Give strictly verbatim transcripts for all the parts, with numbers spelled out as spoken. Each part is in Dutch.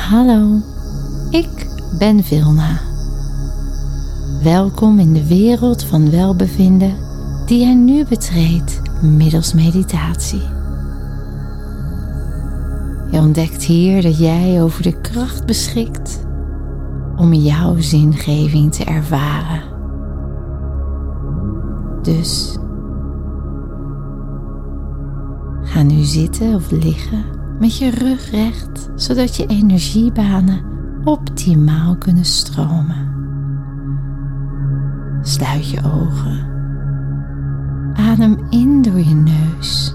Hallo, ik ben Vilna. Welkom in de wereld van welbevinden die jij nu betreedt middels meditatie. Je ontdekt hier dat jij over de kracht beschikt om jouw zingeving te ervaren. Dus ga nu zitten of liggen met je rug recht, zodat je energiebanen optimaal kunnen stromen. Sluit je ogen. Adem in door je neus.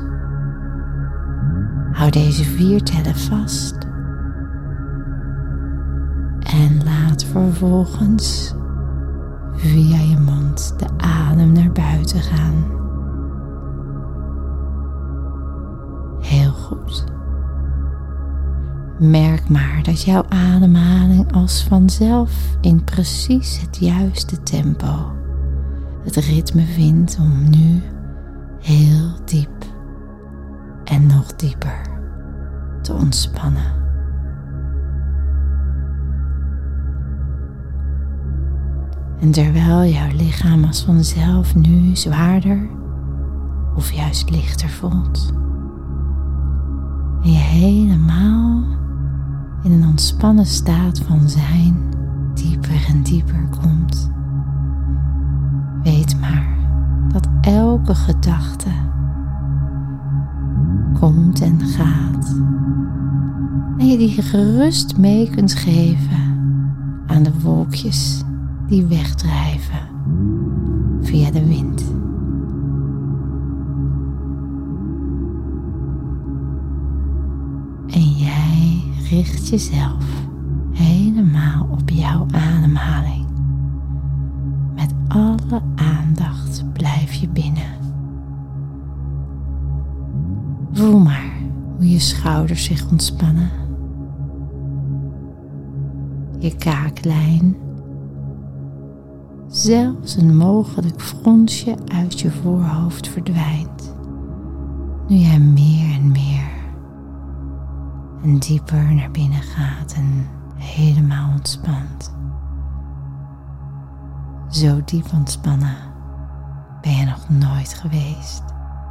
Hou deze vier tellen vast. En laat vervolgens via je mond de adem naar buiten gaan. Heel goed. Merk maar dat jouw ademhaling als vanzelf in precies het juiste tempo het ritme vindt om nu heel diep en nog dieper te ontspannen. En terwijl jouw lichaam als vanzelf nu zwaarder of juist lichter voelt en je helemaal in een ontspannen staat van zijn dieper en dieper komt, weet maar dat elke gedachte komt en gaat en je die gerust mee kunt geven aan de wolkjes die wegdrijven via de wind. En jij richt jezelf helemaal op jouw ademhaling. Met alle aandacht blijf je binnen. Voel maar hoe je schouders zich ontspannen. Je kaaklijn. Zelfs een mogelijk fronsje uit je voorhoofd verdwijnt. Nu jij meer en meer en dieper naar binnen gaat en helemaal ontspant. Zo diep ontspannen ben je nog nooit geweest.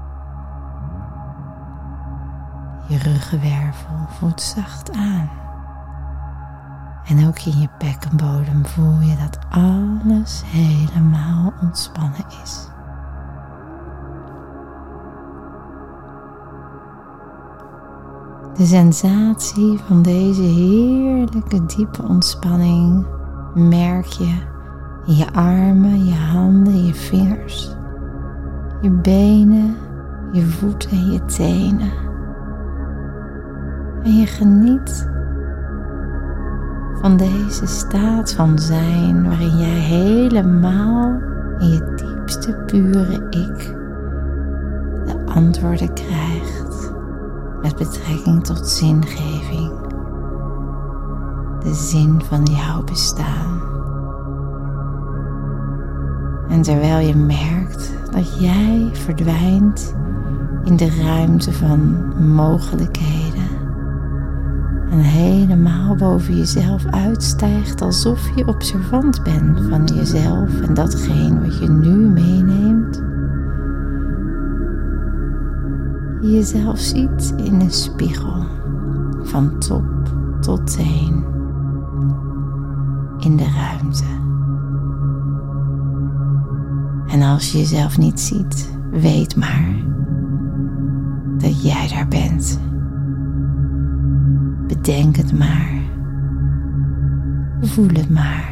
Je ruggenwervel voelt zacht aan. En ook in je bekkenbodem voel je dat alles helemaal ontspannen is. De sensatie van deze heerlijke diepe ontspanning merk je in je armen, je handen, je vingers, je benen, je voeten en je tenen. En je geniet van deze staat van zijn waarin jij helemaal in je diepste pure ik de antwoorden krijgt met betrekking tot zingeving, de zin van jouw bestaan. En terwijl je merkt dat jij verdwijnt in de ruimte van mogelijkheden en helemaal boven jezelf uitstijgt alsof je observant bent van jezelf en datgene wat je nu meeneemt. Je jezelf ziet in een spiegel van top tot teen in de ruimte. En als je jezelf niet ziet, weet maar dat jij daar bent. Bedenk het maar. Voel het maar.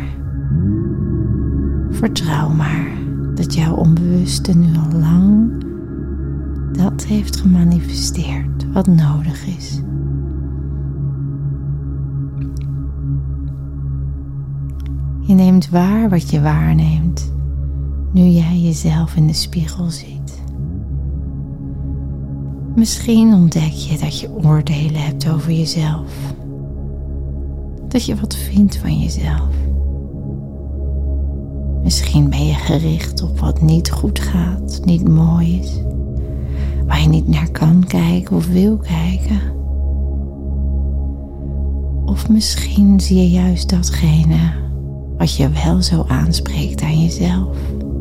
Vertrouw maar dat jouw onbewuste nu al lang dat heeft gemanifesteerd wat nodig is. Je neemt waar wat je waarneemt, nu jij jezelf in de spiegel ziet. Misschien ontdek je dat je oordelen hebt over jezelf. Dat je wat vindt van jezelf. Misschien ben je gericht op wat niet goed gaat, niet mooi is. Waar je niet naar kan kijken of wil kijken. Of misschien zie je juist datgene wat je wel zo aanspreekt aan jezelf.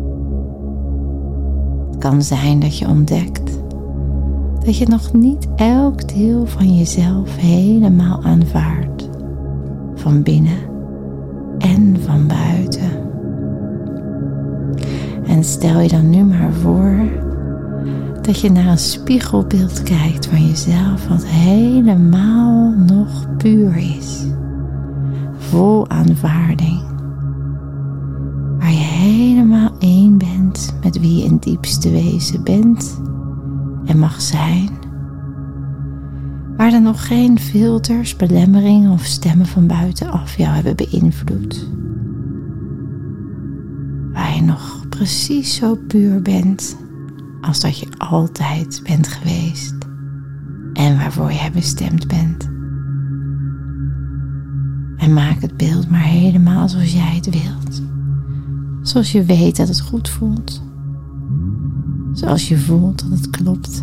Het kan zijn dat je ontdekt dat je nog niet elk deel van jezelf helemaal aanvaardt, van binnen en van buiten. En stel je dan nu maar voor dat je naar een spiegelbeeld kijkt van jezelf wat helemaal nog puur is, vol aanvaarding, waar je helemaal één bent met wie je in diepste wezen bent en mag zijn, waar er nog geen filters, belemmeringen of stemmen van buitenaf jou hebben beïnvloed, waar je nog precies zo puur bent als dat je altijd bent geweest en waarvoor jij bestemd bent. En maak het beeld maar helemaal zoals jij het wilt, zoals je weet dat het goed voelt, zoals je voelt dat het klopt.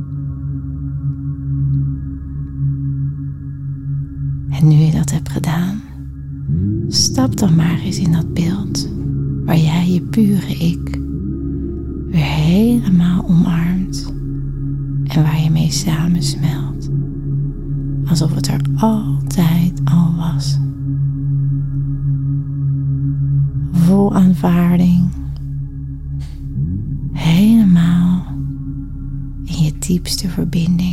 En nu je dat hebt gedaan, stap dan maar eens in dat beeld waar jij je pure ik weer helemaal omarmt en waar je mee samensmelt, alsof het er altijd al was. Vol aanvaarding, helemaal in je diepste verbinding.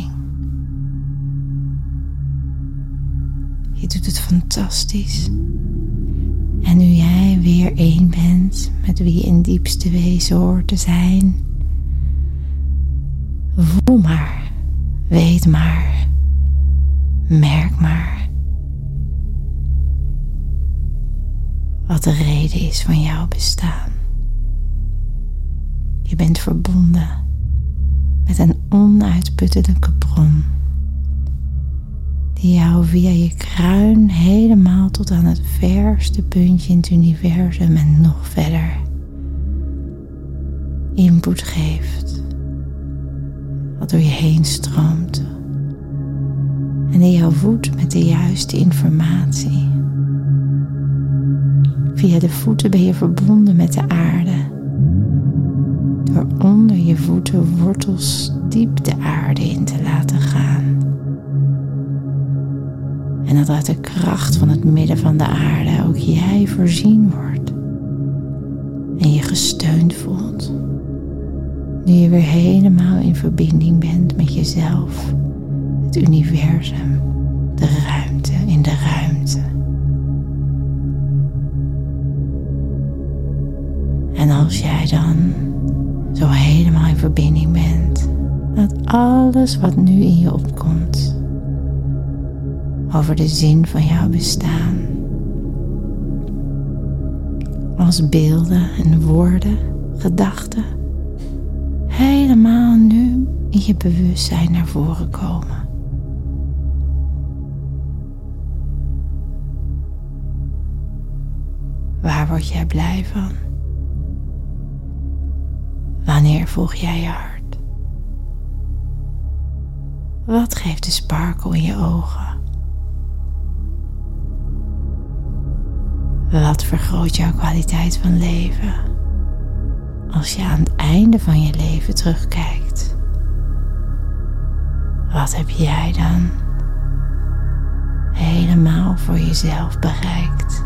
Je doet het fantastisch. En nu jij weer één bent met wie je in diepste wezen hoort te zijn, voel maar, weet maar, merk maar wat de reden is van jouw bestaan. Je bent verbonden met een onuitputtelijke bron die jou via je kruin helemaal tot aan het verste puntje in het universum en nog verder input geeft, wat door je heen stroomt en die jou voedt met de juiste informatie. Via de voeten ben je verbonden met de aarde, door onder je voeten wortels diep de aarde in te laten gaan. En dat uit de kracht van het midden van de aarde ook jij voorzien wordt. En je gesteund voelt. Nu je weer helemaal in verbinding bent met jezelf, het universum, de ruimte in de ruimte. En als jij dan zo helemaal in verbinding bent met alles wat nu in je opkomt, over de zin van jouw bestaan, als beelden en woorden, gedachten, helemaal nu in je bewustzijn naar voren komen. Waar word jij blij van? Wanneer volg jij je hart? Wat geeft de sparkle in je ogen? Wat vergroot jouw kwaliteit van leven als je aan het einde van je leven terugkijkt? Wat heb jij dan helemaal voor jezelf bereikt?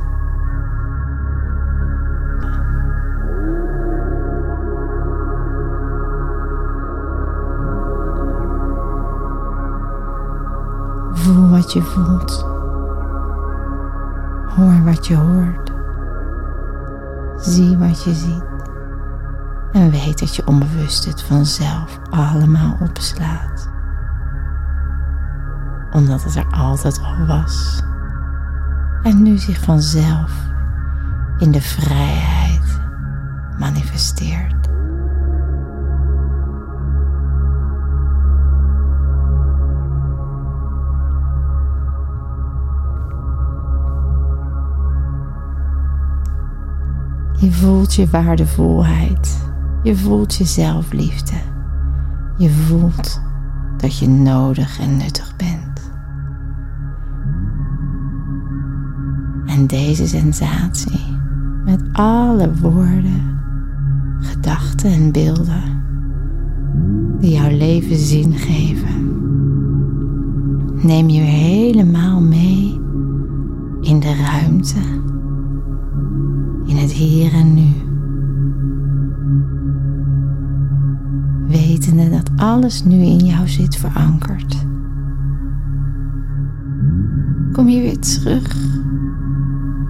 Voel wat je voelt. Hoor wat je hoort. Zie wat je ziet. En weet dat je onbewust het vanzelf allemaal opslaat. Omdat het er altijd al was. En nu zich vanzelf in de vrijheid manifesteert. Je voelt je waardevolheid. Je voelt je zelfliefde. Je voelt dat je nodig en nuttig bent. En deze sensatie, met alle woorden, gedachten en beelden die jouw leven zin geven, neem je weer helemaal mee in de ruimte, in het hier en nu. Wetende dat alles nu in jou zit verankerd. Kom je weer terug